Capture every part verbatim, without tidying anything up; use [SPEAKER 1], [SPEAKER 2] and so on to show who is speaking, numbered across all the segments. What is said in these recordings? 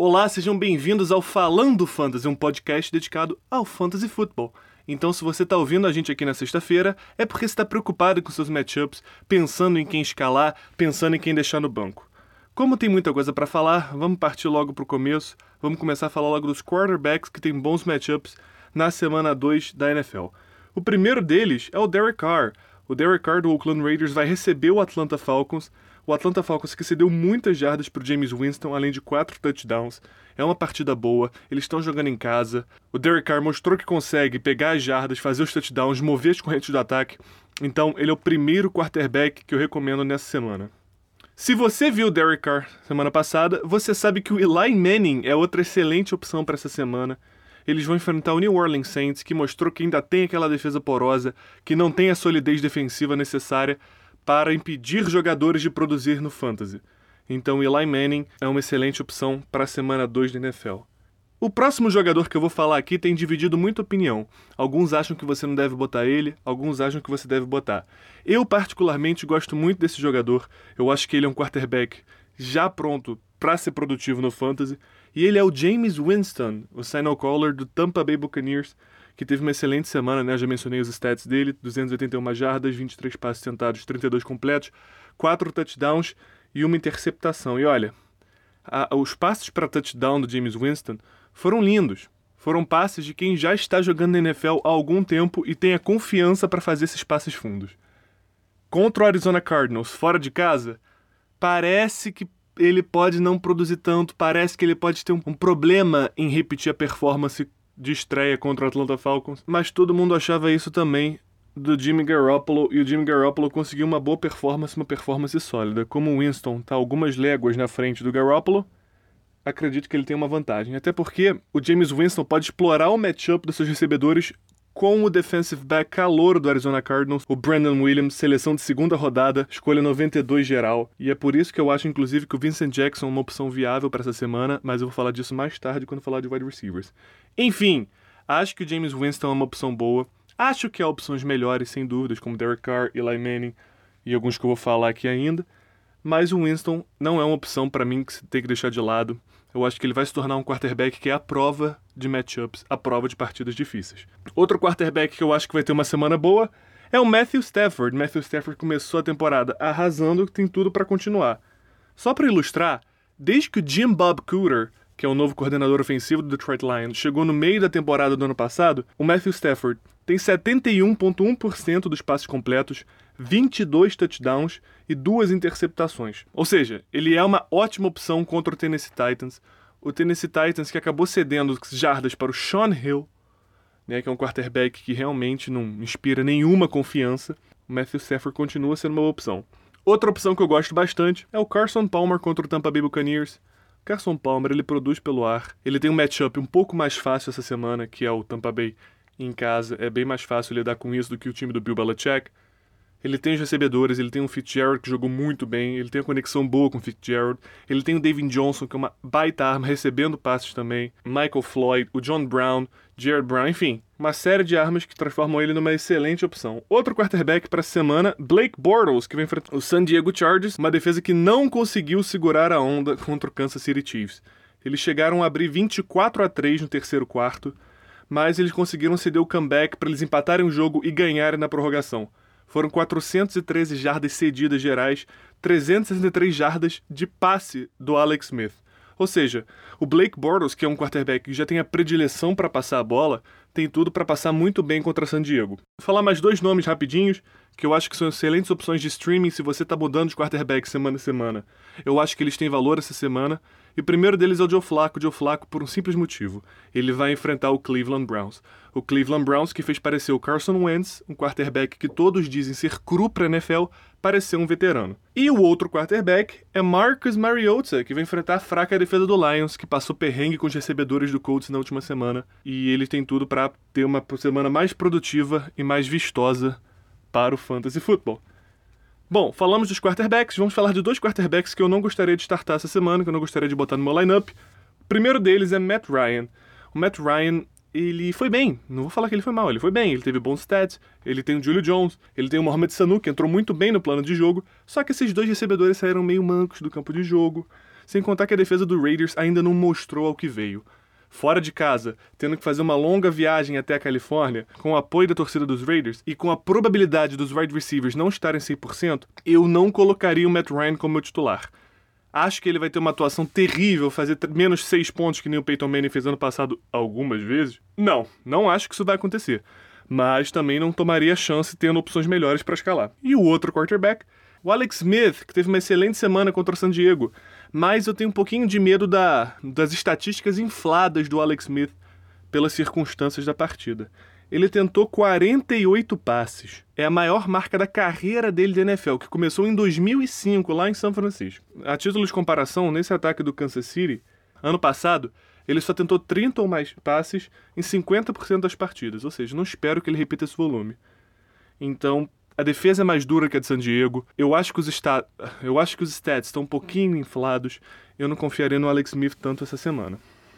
[SPEAKER 1] Olá, sejam bem-vindos ao Falando Fantasy, um podcast dedicado ao Fantasy Football. Então, se você está ouvindo a gente aqui na sexta-feira, é porque você está preocupado com seus matchups, pensando em quem escalar, pensando em quem deixar no banco. Como tem muita coisa para falar, vamos partir logo para o começo. Vamos começar a falar logo dos quarterbacks que tem bons matchups na semana dois da N F L. O primeiro deles é o Derek Carr. O Derek Carr do Oakland Raiders vai receber o Atlanta Falcons. O Atlanta Falcons que cedeu muitas jardas para o Jameis Winston, além de quatro touchdowns. É uma partida boa, eles estão jogando em casa. O Derek Carr mostrou que consegue pegar as jardas, fazer os touchdowns, mover as correntes do ataque. Então, ele é o primeiro quarterback que eu recomendo nessa semana. Se você viu o Derek Carr semana passada, você sabe que o Eli Manning é outra excelente opção para essa semana. Eles vão enfrentar o New Orleans Saints, que mostrou que ainda tem aquela defesa porosa, que não tem a solidez defensiva necessária para impedir jogadores de produzir no fantasy. Então, Eli Manning é uma excelente opção para a semana dois da N F L. O próximo jogador que eu vou falar aqui tem dividido muita opinião. Alguns acham que você não deve botar ele, alguns acham que você deve botar. Eu, particularmente, gosto muito desse jogador. Eu acho que ele é um quarterback já pronto para ser produtivo no fantasy. E ele é o Jameis Winston, o signal caller do Tampa Bay Buccaneers, que teve uma excelente semana, né? Eu já mencionei os stats dele, duzentas e oitenta e uma jardas, vinte e três passes tentados, trinta e dois completos, quatro touchdowns e uma interceptação. E olha, a, os passes para touchdown do Jameis Winston foram lindos. Foram passes de quem já está jogando na N F L há algum tempo e tem a confiança para fazer esses passes fundos. Contra o Arizona Cardinals, fora de casa, parece que ele pode não produzir tanto, parece que ele pode ter um, um problema em repetir a performance de estreia contra o Atlanta Falcons, mas todo mundo achava isso também do Jimmy Garoppolo, e o Jimmy Garoppolo conseguiu uma boa performance, uma performance sólida. Como o Winston está algumas léguas na frente do Garoppolo, acredito que ele tem uma vantagem, até porque o Jameis Winston pode explorar o matchup dos seus recebedores com o defensive back calouro do Arizona Cardinals, o Brandon Williams, seleção de segunda rodada, escolha noventa e dois geral. E é por isso que eu acho, inclusive, que o Vincent Jackson é uma opção viável para essa semana, mas eu vou falar disso mais tarde quando falar de wide receivers. Enfim, acho que o Jameis Winston é uma opção boa. Acho que há opções melhores, sem dúvidas, como Derek Carr, Eli Manning e alguns que eu vou falar aqui ainda. Mas o Winston não é uma opção para mim que você tem que deixar de lado. Eu acho que ele vai se tornar um quarterback que é a prova de matchups, a prova de partidas difíceis. Outro quarterback que eu acho que vai ter uma semana boa é o Matthew Stafford. Matthew Stafford começou a temporada arrasando e tem tudo para continuar. Só para ilustrar, desde que o Jim Bob Cooter, que é o novo coordenador ofensivo do Detroit Lions, chegou no meio da temporada do ano passado, o Matthew Stafford tem setenta e um vírgula um por cento dos passes completos, vinte e dois touchdowns e duas interceptações. Ou seja, ele é uma ótima opção contra o Tennessee Titans. O Tennessee Titans que acabou cedendo jardas para o Sean Hill, né, que é um quarterback que realmente não inspira nenhuma confiança. O Matthew Stafford continua sendo uma boa opção. Outra opção que eu gosto bastante é o Carson Palmer contra o Tampa Bay Buccaneers. Carson Palmer, ele produz pelo ar. Ele tem um matchup um pouco mais fácil essa semana, que é o Tampa Bay em casa. É bem mais fácil lidar com isso do que o time do Bill Belichick. Ele tem os recebedores, ele tem o Fitzgerald que jogou muito bem, ele tem a conexão boa com o Fitzgerald, ele tem o David Johnson, que é uma baita arma, recebendo passes também, Michael Floyd, o John Brown, Jared Brown, enfim, uma série de armas que transformam ele numa excelente opção. Outro quarterback para a semana, Blake Bortles, que vai enfrentar o San Diego Chargers, uma defesa que não conseguiu segurar a onda contra o Kansas City Chiefs. Eles chegaram a abrir vinte e quatro a três no terceiro quarto, mas eles conseguiram ceder o comeback para eles empatarem o jogo e ganharem na prorrogação. Foram quatrocentas e treze jardas cedidas gerais, trezentas e sessenta e três jardas de passe do Alex Smith. Ou seja, o Blake Bortles, que é um quarterback que já tem a predileção para passar a bola, tem tudo para passar muito bem contra San Diego. Vou falar mais dois nomes rapidinhos, que eu acho que são excelentes opções de streaming se você está mudando de quarterback semana a semana. Eu acho que eles têm valor essa semana. E o primeiro deles é o Joe Flacco. O Joe Flacco por um simples motivo. Ele vai enfrentar o Cleveland Browns. O Cleveland Browns que fez parecer o Carson Wentz, um quarterback que todos dizem ser cru para a N F L, parecer um veterano. E o outro quarterback é Marcus Mariota, que vai enfrentar a fraca defesa do Lions, que passou perrengue com os recebedores do Colts na última semana. E ele tem tudo para ter uma semana mais produtiva e mais vistosa para o Fantasy Football. Bom, falamos dos quarterbacks, vamos falar de dois quarterbacks que eu não gostaria de startar essa semana, que eu não gostaria de botar no meu lineup. O primeiro deles é Matt Ryan. O Matt Ryan, ele foi bem, não vou falar que ele foi mal, ele foi bem, ele teve bons stats, ele tem o Julio Jones, ele tem o Mohamed Sanu, que entrou muito bem no plano de jogo, só que esses dois recebedores saíram meio mancos do campo de jogo, sem contar que a defesa do Raiders ainda não mostrou ao que veio. Fora de casa, tendo que fazer uma longa viagem até a Califórnia, com o apoio da torcida dos Raiders e com a probabilidade dos wide receivers não estarem cem por cento, eu não colocaria o Matt Ryan como meu titular. Acho que ele vai ter uma atuação terrível, fazer menos seis pontos que nem o Peyton Manning fez ano passado algumas vezes? Não, não acho que isso vai acontecer. Mas também não tomaria a chance tendo opções melhores para escalar. E o outro quarterback, o Alex Smith, que teve uma excelente semana contra o San Diego, mas eu tenho um pouquinho de medo da, das estatísticas infladas do Alex Smith pelas circunstâncias da partida. Ele tentou quarenta e oito passes. É a maior marca da carreira dele da N F L, que começou em dois mil e cinco, lá em São Francisco. A título de comparação, nesse ataque do Kansas City, ano passado, ele só tentou trinta ou mais passes em cinquenta por cento das partidas. Ou seja, não espero que ele repita esse volume. Então, a defesa é mais dura que a de San Diego. Eu acho que os, stat... eu acho que os stats estão um pouquinho inflados. Eu não confiaria no Alex Smith tanto essa semana.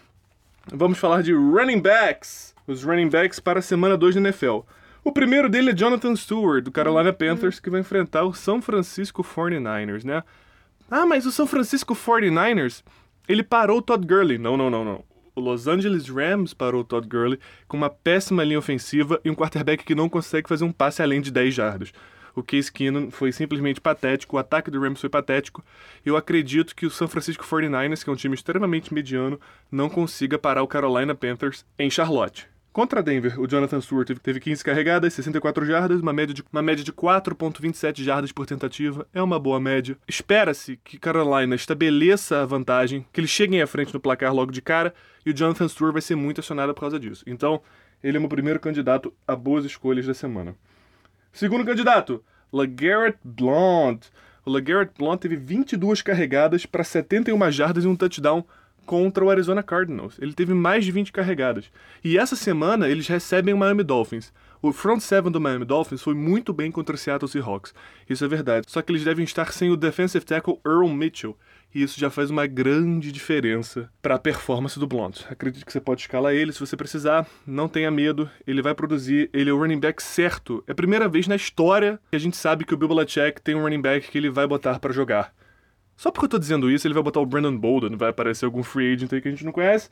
[SPEAKER 1] Vamos falar de running backs. Os running backs para a semana dois da N F L. O primeiro dele é Jonathan Stewart, do Carolina Panthers, que vai enfrentar o San Francisco forty-niners, né? Ah, mas o San Francisco forty-niners, ele parou o Todd Gurley. Não, não, não, não. O Los Angeles Rams parou o Todd Gurley com uma péssima linha ofensiva e um quarterback que não consegue fazer um passe além de dez jardas. O Case Keenum foi simplesmente patético, o ataque do Rams foi patético. Eu acredito que o San Francisco forty-niners, que é um time extremamente mediano, não consiga parar o Carolina Panthers em Charlotte. Contra Denver, o Jonathan Stewart teve quinze carregadas, sessenta e quatro jardas, uma média de, uma média de quatro vírgula vinte e sete jardas por tentativa. É uma boa média. Espera-se que Carolina estabeleça a vantagem, que eles cheguem à frente no placar logo de cara, e o Jonathan Stewart vai ser muito acionado por causa disso. Então, ele é o meu primeiro candidato a boas escolhas da semana. Segundo candidato, LeGarrette Blount. O LeGarrette Blount teve vinte e duas carregadas para setenta e uma jardas e um touchdown contra o Arizona Cardinals. Ele teve mais de vinte carregadas. E essa semana eles recebem o Miami Dolphins. O front seven do Miami Dolphins foi muito bem contra o Seattle Seahawks. Isso é verdade. Só que eles devem estar sem o defensive tackle Earl Mitchell. E isso já faz uma grande diferença para a performance do Blount. Acredito que você pode escalar ele se você precisar. Não tenha medo. Ele vai produzir. Ele é o running back certo. É a primeira vez na história que a gente sabe que o Bill Belichick tem um running back que ele vai botar para jogar. Só porque eu tô dizendo isso, ele vai botar o Brandon Bolden, vai aparecer algum free agent aí que a gente não conhece,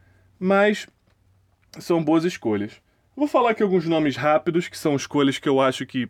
[SPEAKER 1] mas são boas escolhas. Vou falar aqui alguns nomes rápidos, que são escolhas que eu acho que...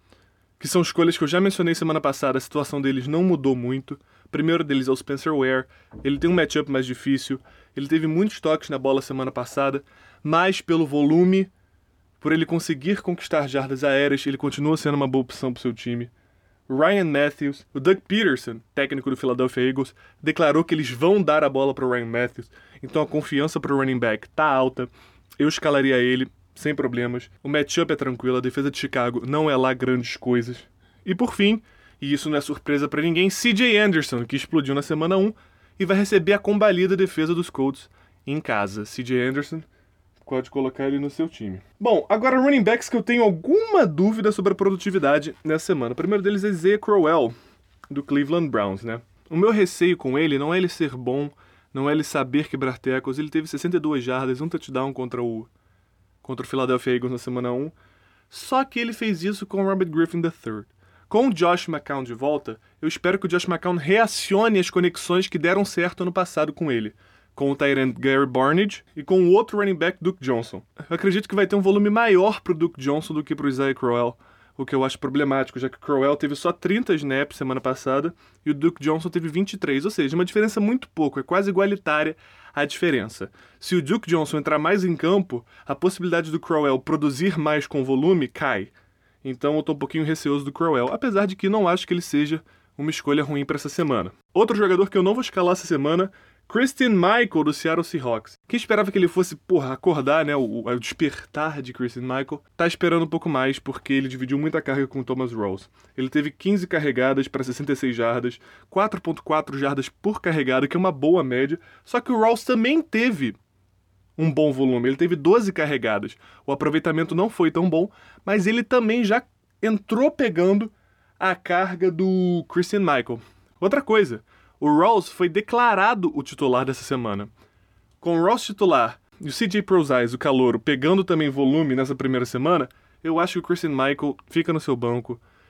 [SPEAKER 1] que são escolhas que eu já mencionei semana passada, a situação deles não mudou muito. O primeiro deles é o Spencer Ware, ele tem um matchup mais difícil, ele teve muitos toques na bola semana passada, mas pelo volume, por ele conseguir conquistar jardas aéreas, ele continua sendo uma boa opção pro seu time. Ryan Matthews, o Doug Peterson, técnico do Philadelphia Eagles, declarou que eles vão dar a bola para o Ryan Matthews, então a confiança para o running back tá alta, eu escalaria ele sem problemas, o matchup é tranquilo, a defesa de Chicago não é lá grandes coisas. E por fim, e isso não é surpresa para ninguém, C J Anderson, que explodiu na semana um e vai receber a combalida defesa dos Colts em casa. C J Anderson pode colocar ele no seu time. Bom, agora running backs que eu tenho alguma dúvida sobre a produtividade nessa semana. O primeiro deles é Isaiah Crowell, do Cleveland Browns, né? O meu receio com ele não é ele ser bom, não é ele saber quebrar tackles. Ele teve sessenta e duas jardas, um touchdown contra o, contra o Philadelphia Eagles na semana um. Só que ele fez isso com o Robert Griffin terceiro. Com o Josh McCown de volta, eu espero que o Josh McCown reacione as conexões que deram certo ano passado com ele, com o tight end Gary Barnidge e com o outro running back Duke Johnson. Eu acredito que vai ter um volume maior pro Duke Johnson do que pro Isaiah Crowell, o que eu acho problemático, já que o Crowell teve só trinta snaps semana passada e o Duke Johnson teve vinte e três, ou seja, uma diferença muito pouco, é quase igualitária a diferença. Se o Duke Johnson entrar mais em campo, a possibilidade do Crowell produzir mais com volume cai. Então eu tô um pouquinho receoso do Crowell, apesar de que não acho que ele seja uma escolha ruim para essa semana. Outro jogador que eu não vou escalar essa semana, Christine Michael, do Seattle Seahawks. Quem esperava que ele fosse, porra, acordar, né, o, o despertar de Christine Michael, tá esperando um pouco mais, porque ele dividiu muita carga com o Thomas Rawls. Ele teve quinze carregadas para sessenta e seis jardas, quatro vírgula quatro jardas por carregada, que é uma boa média, só que o Rawls também teve um bom volume, ele teve doze carregadas. O aproveitamento não foi tão bom, mas ele também já entrou pegando a carga do Christine Michael. Outra coisa, o Rawls foi declarado o titular dessa semana. Com o Rawls titular e o C J Prosise, o calouro, pegando também volume nessa primeira semana, eu acho que o Christine Michael fica no seu banco,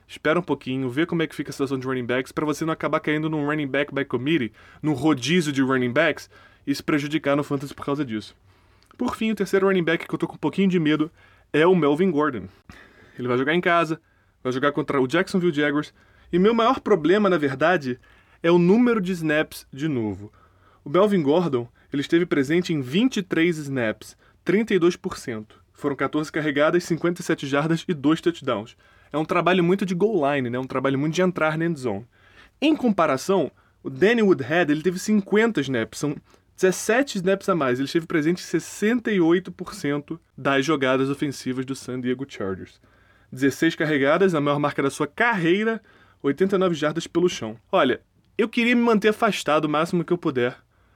[SPEAKER 1] espera um pouquinho, vê como é que fica a situação de running backs, para você não acabar caindo num running back by committee, num rodízio de running backs, e se prejudicar no fantasy por causa disso. Por fim, o terceiro running back que eu tô com um pouquinho de medo é o Melvin Gordon. Ele vai jogar em casa, vai jogar contra o Jacksonville Jaguars, e meu maior problema, na verdade, é o número de snaps de novo. O Melvin Gordon, ele esteve presente em vinte e três snaps, trinta e dois por cento. Foram catorze carregadas, cinquenta e sete jardas e dois touchdowns. É um trabalho muito de goal line, né? Um trabalho muito de entrar na end zone. Em comparação, o Danny Woodhead, ele teve cinquenta snaps, são dezessete snaps a mais. Ele esteve presente em sessenta e oito por cento das jogadas ofensivas do San Diego Chargers. dezesseis carregadas, a maior marca da sua carreira, oitenta e nove jardas pelo chão. Olha, eu queria me manter afastado o máximo que eu puder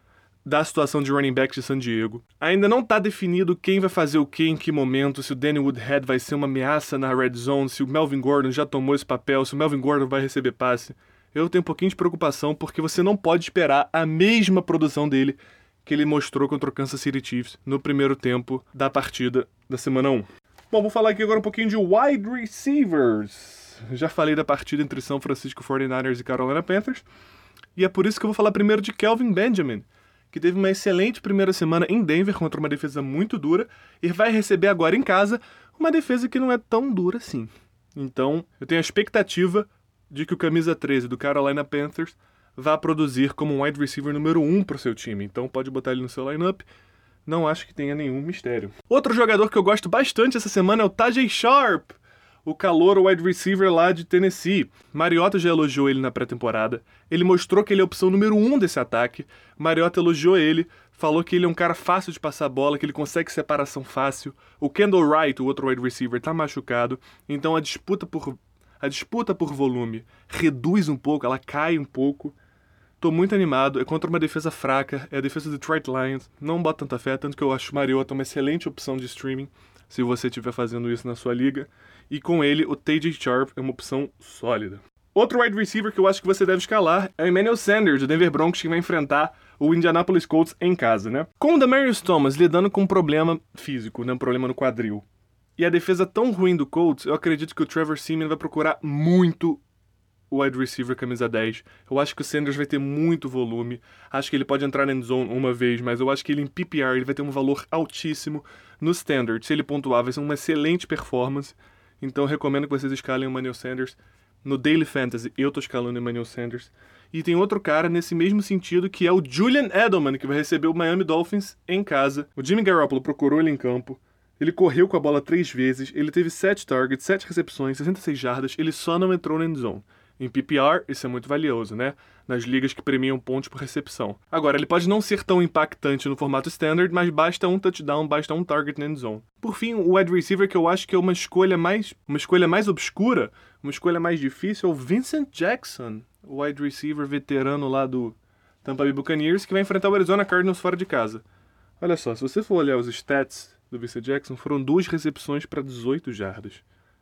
[SPEAKER 1] da situação de running back de San Diego. Ainda não está definido quem vai fazer o que em que momento, se o Danny Woodhead vai ser uma ameaça na red zone, se o Melvin Gordon já tomou esse papel, se o Melvin Gordon vai receber passe. Eu tenho um pouquinho de preocupação porque você não pode esperar a mesma produção dele que ele mostrou contra o Kansas City Chiefs no primeiro tempo da partida da semana um. Bom, vou falar aqui agora um pouquinho de wide receivers. Já falei da partida entre São Francisco forty-niners e Carolina Panthers, e é por isso que eu vou falar primeiro de Kelvin Benjamin, que teve uma excelente primeira semana em Denver contra uma defesa muito dura e vai receber agora em casa uma defesa que não é tão dura assim. Então, eu tenho a expectativa de que o camisa treze do Carolina Panthers vá produzir como um wide receiver número um para o seu time. Então, pode botar ele no seu lineup. Não acho que tenha nenhum mistério. Outro jogador que eu gosto bastante essa semana é o Tajae Sharp, o calouro wide receiver lá de Tennessee. Mariota já elogiou ele na pré-temporada. Ele mostrou que ele é a opção número um desse ataque. Mariota elogiou ele, falou que ele é um cara fácil de passar a bola, que ele consegue separação fácil. O Kendall Wright, o outro wide receiver, tá machucado. Então a disputa por, a disputa por volume reduz um pouco, ela cai um pouco. Tô muito animado. É contra uma defesa fraca, é a defesa do Detroit Lions. Não bota tanta fé, tanto que eu acho o Mariota uma excelente opção de streaming, se você estiver fazendo isso na sua liga. E com ele, o Tajae Sharp é uma opção sólida. Outro wide receiver que eu acho que você deve escalar é o Emmanuel Sanders, do Denver Broncos, que vai enfrentar o Indianapolis Colts em casa, né? Com o Demaryius Thomas lidando com um problema físico, né? Um problema no quadril, e a defesa tão ruim do Colts, eu acredito que o Trevor Siemian vai procurar muito o wide receiver camisa dez. Eu acho que o Sanders vai ter muito volume. Acho que ele pode entrar na end zone uma vez, mas eu acho que ele em P P R ele vai ter um valor altíssimo no standard. Se ele pontuar, vai ser uma excelente performance. Então, recomendo que vocês escalem o Emmanuel Sanders. No Daily Fantasy, eu tô escalando o Emmanuel Sanders. E tem outro cara nesse mesmo sentido, que é o Julian Edelman, que vai receber o Miami Dolphins em casa. O Jimmy Garoppolo procurou ele em campo. Ele correu com a bola três vezes. Ele teve sete targets, sete recepções, sessenta e seis jardas. Ele só não entrou na endzone. Em P P R, isso é muito valioso, né? Nas ligas que premiam pontos por recepção. Agora, ele pode não ser tão impactante no formato standard, mas basta um touchdown, basta um target na endzone. Por fim, o wide receiver que eu acho que é uma escolha mais, uma escolha mais obscura, uma escolha mais difícil, é o Vincent Jackson, o wide receiver veterano lá do Tampa Bay Buccaneers, que vai enfrentar o Arizona Cardinals fora de casa. Olha só, se você for olhar os stats do Vincent Jackson, foram duas recepções para dezoito jardas.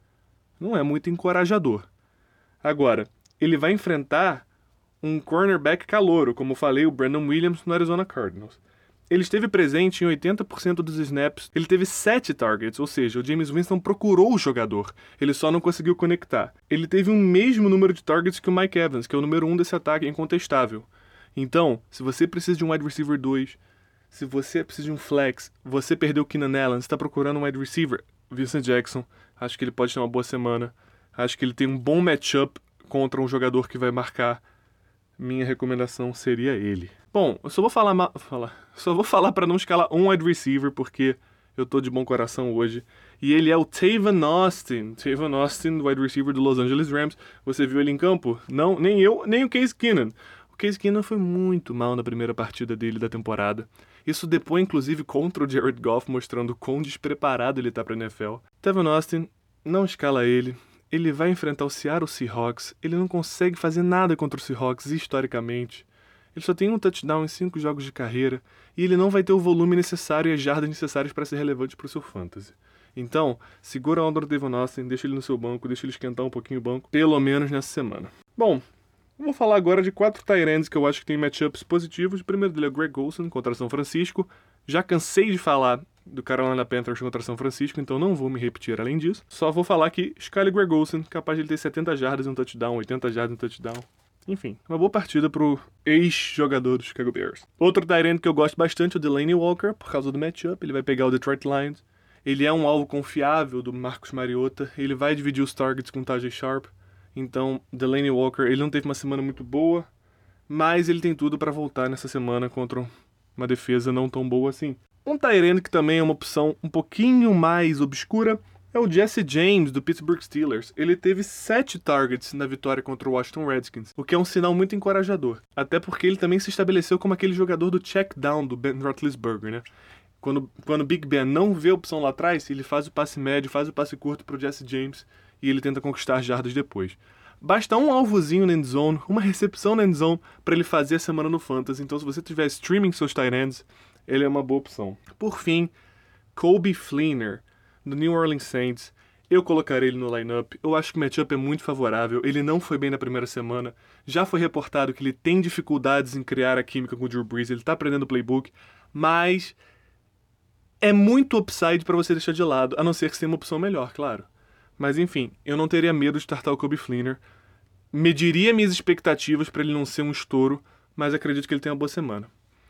[SPEAKER 1] Não é muito encorajador. Agora, ele vai enfrentar um cornerback calouro, como eu falei, o Brandon Williams no Arizona Cardinals. Ele esteve presente em oitenta por cento dos snaps, ele teve sete targets, ou seja, o Jameis Winston procurou o jogador, ele só não conseguiu conectar. Ele teve o mesmo número de targets que o Mike Evans, que é o número um desse ataque incontestável. Então, se você precisa de um wide receiver dois, se você precisa de um flex, você perdeu o Keenan Allen, você está procurando um wide receiver, Vincent Jackson, acho que ele pode ter uma boa semana. Acho que ele tem um bom matchup contra um jogador que vai marcar. Minha recomendação seria ele. Bom, eu só vou falar, ma- falar só vou falar para não escalar um wide receiver, porque eu tô de bom coração hoje. E ele é o Tavon Austin. Tavon Austin, wide receiver do Los Angeles Rams. Você viu ele em campo? Não, nem eu, nem o Case Keenum. O Case Keenum foi muito mal na primeira partida dele da temporada. Isso depõe, inclusive, contra o Jared Goff, mostrando quão despreparado ele tá pra N F L. Tavon Austin, não escala ele. Ele vai enfrentar o Seattle Seahawks. Ele não consegue fazer nada contra o Seahawks, historicamente. Ele só tem um touchdown em cinco jogos de carreira. E ele não vai ter o volume necessário e as jardas necessárias para ser relevante para o seu fantasy. Então, segura a onda do Tavon Austin, deixa ele no seu banco, deixa ele esquentar um pouquinho o banco, pelo menos nessa semana. Bom, vou falar agora de quatro tight ends que eu acho que tem matchups positivos. O primeiro dele é o Greg Olsen contra São Francisco. Já cansei de falar do Carolina Panthers contra São Francisco, então não vou me repetir além disso. Só vou falar que Skyler Gregosen, capaz de ele ter setenta jardas e um touchdown, oitenta jardas e um touchdown. Enfim, uma boa partida pro ex-jogador do Chicago Bears. Outro tight end que eu gosto bastante é o Delaney Walker, por causa do matchup. Ele vai pegar o Detroit Lions. Ele é um alvo confiável do Marcus Mariota. Ele vai dividir os targets com o Tajae Sharpe. Então, Delaney Walker, ele não teve uma semana muito boa, mas ele tem tudo para voltar nessa semana contra uma defesa não tão boa assim. Um tight end que também é uma opção um pouquinho mais obscura é o Jesse James, do Pittsburgh Steelers. Ele teve sete targets na vitória contra o Washington Redskins, o que é um sinal muito encorajador. Até porque ele também se estabeleceu como aquele jogador do check down do Ben Roethlisberger, né? Quando, quando o Big Ben não vê a opção lá atrás, ele faz o passe médio, faz o passe curto pro Jesse James e ele tenta conquistar jardas depois. Basta um alvozinho na endzone, uma recepção na endzone para ele fazer a semana no Fantasy. Então, se você tiver streaming seus tight ends, ele é uma boa opção. Por fim, Coby Fleener, do New Orleans Saints. Eu colocarei ele no lineup. Eu acho que o matchup é muito favorável. Ele não foi bem na primeira semana. Já foi reportado que ele tem dificuldades em criar a química com o Drew Brees. Ele está aprendendo o playbook, mas é muito upside para você deixar de lado, a não ser que você tenha uma opção melhor, claro. Mas enfim, eu não teria medo de startar o Coby Fleener. Mediria minhas expectativas para ele não ser um estouro, mas acredito que ele tem uma boa semana.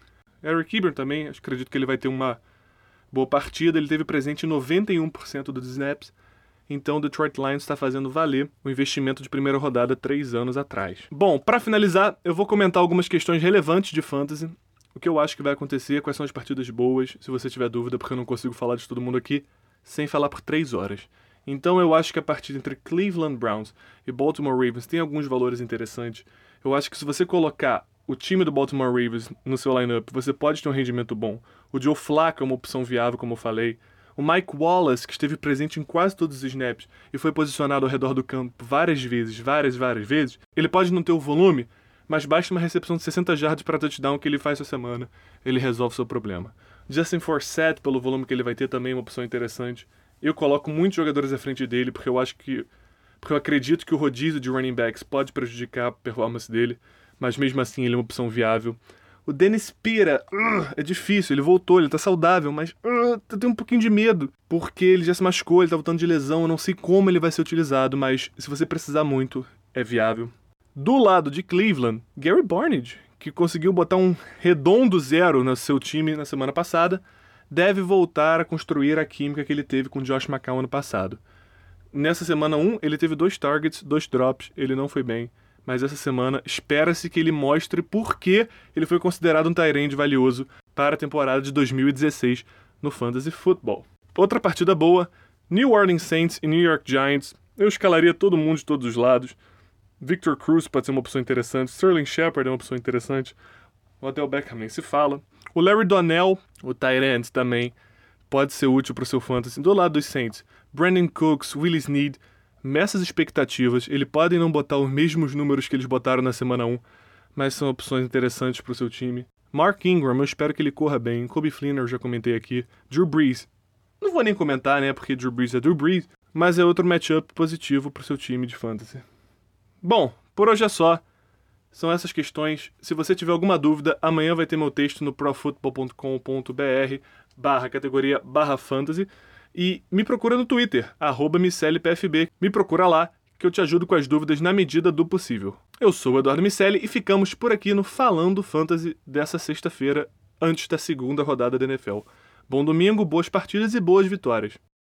[SPEAKER 1] Eric Ebron também, acredito que ele vai ter uma boa partida. Ele teve presente em noventa e um por cento dos snaps. Então o Detroit Lions está fazendo valer o investimento de primeira rodada três anos atrás. Bom, para finalizar, eu vou comentar algumas questões relevantes de fantasy. O que eu acho que vai acontecer, quais são as partidas boas, se você tiver dúvida, porque eu não consigo falar de todo mundo aqui sem falar por três horas. Então eu acho que a partida entre Cleveland Browns e Baltimore Ravens tem alguns valores interessantes. Eu acho que se você colocar o time do Baltimore Ravens no seu lineup, você pode ter um rendimento bom. O Joe Flacco é uma opção viável, como eu falei. O Mike Wallace, que esteve presente em quase todos os snaps e foi posicionado ao redor do campo várias vezes, várias, várias vezes, ele pode não ter o volume, mas basta uma recepção de sessenta jardas para touchdown que ele faz essa semana, ele resolve o seu problema. Justin Forsett, pelo volume que ele vai ter, também é uma opção interessante. Eu coloco muitos jogadores à frente dele, porque eu acho que... porque eu acredito que o rodízio de running backs pode prejudicar a performance dele, mas mesmo assim ele é uma opção viável. O Dennis Pira, uh, é difícil, ele voltou, ele tá saudável, mas uh, eu tenho um pouquinho de medo, porque ele já se machucou, ele tá voltando de lesão, eu não sei como ele vai ser utilizado, mas se você precisar muito, é viável. Do lado de Cleveland, Gary Barnidge, que conseguiu botar um redondo zero no seu time na semana passada, deve voltar a construir a química que ele teve com Josh McCown ano passado. Nessa semana um, ele teve dois targets, dois drops, ele não foi bem. Mas essa semana espera-se que ele mostre por que ele foi considerado um tight end valioso para a temporada de dois mil e dezesseis no Fantasy Football. Outra partida boa, New Orleans Saints e New York Giants. Eu escalaria todo mundo de todos os lados. Victor Cruz pode ser uma opção interessante, Sterling Shepard é uma opção interessante, o Odell Beckham nem se fala. O Larry Donnell, o tight end também, pode ser útil para o seu fantasy. Do lado dos Saints, Brandon Cooks, Willie Snead, nessas expectativas, eles podem não botar os mesmos números que eles botaram na semana um, mas são opções interessantes para o seu time. Mark Ingram, eu espero que ele corra bem. Coby Fleener, eu já comentei aqui. Drew Brees, não vou nem comentar, né, porque Drew Brees é Drew Brees, mas é outro matchup positivo para o seu time de fantasy. Bom, por hoje é só. São essas questões. Se você tiver alguma dúvida, amanhã vai ter meu texto no profootball ponto com ponto br barra categoria barra fantasy. E me procura no Twitter, arroba micellepfb. Me procura lá, que eu te ajudo com as dúvidas na medida do possível. Eu sou o Eduardo Miceli e ficamos por aqui no Falando Fantasy dessa sexta-feira, antes da segunda rodada da N F L. Bom domingo, boas partidas e boas vitórias.